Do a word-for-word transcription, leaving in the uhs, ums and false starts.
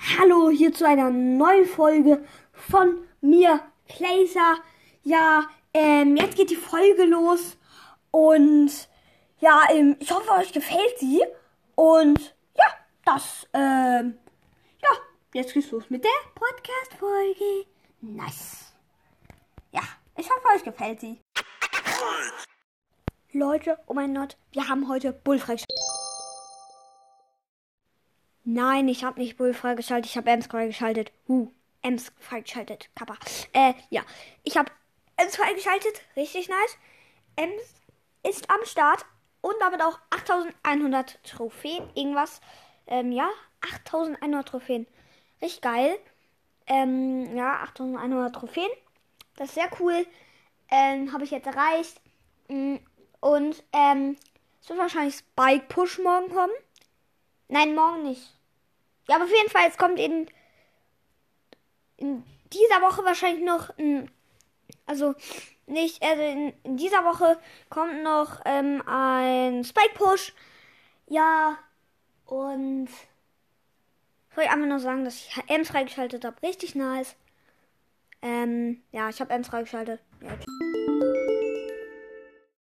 Hallo, hier zu einer neuen Folge von mir, Placer. Ja, ähm, jetzt geht die Folge los und ja, ähm, ich hoffe, euch gefällt sie. Und ja, das, ähm, ja, jetzt geht's los mit der Podcast-Folge. Nice. Ja, ich hoffe, euch gefällt sie. Leute, oh mein Gott, wir haben heute Bull freigeschaltet. Nein, ich habe nicht Bull freigeschaltet, ich habe Ems freigeschaltet. Huh, Ems freigeschaltet, Kappa. Äh, ja, ich habe Ems freigeschaltet, richtig nice. Ems ist am Start und damit auch achttausendeinhundert Trophäen, irgendwas. Ähm, ja, achttausendeinhundert Trophäen. Richtig geil. Ähm, ja, achttausendeinhundert Trophäen. Das ist sehr cool. Ähm, habe ich jetzt erreicht. Und, ähm, es wird wahrscheinlich Spike Push morgen kommen. Nein, morgen nicht. Ja, aber auf jeden Fall, es kommt in, in dieser Woche wahrscheinlich noch ein, also nicht, also in, in dieser Woche kommt noch ähm, ein Spike Push. Ja, und soll ich einfach nur sagen, dass ich Ems freigeschaltet habe. Richtig nice. Ähm, ja, ich habe Ems freigeschaltet. Ja,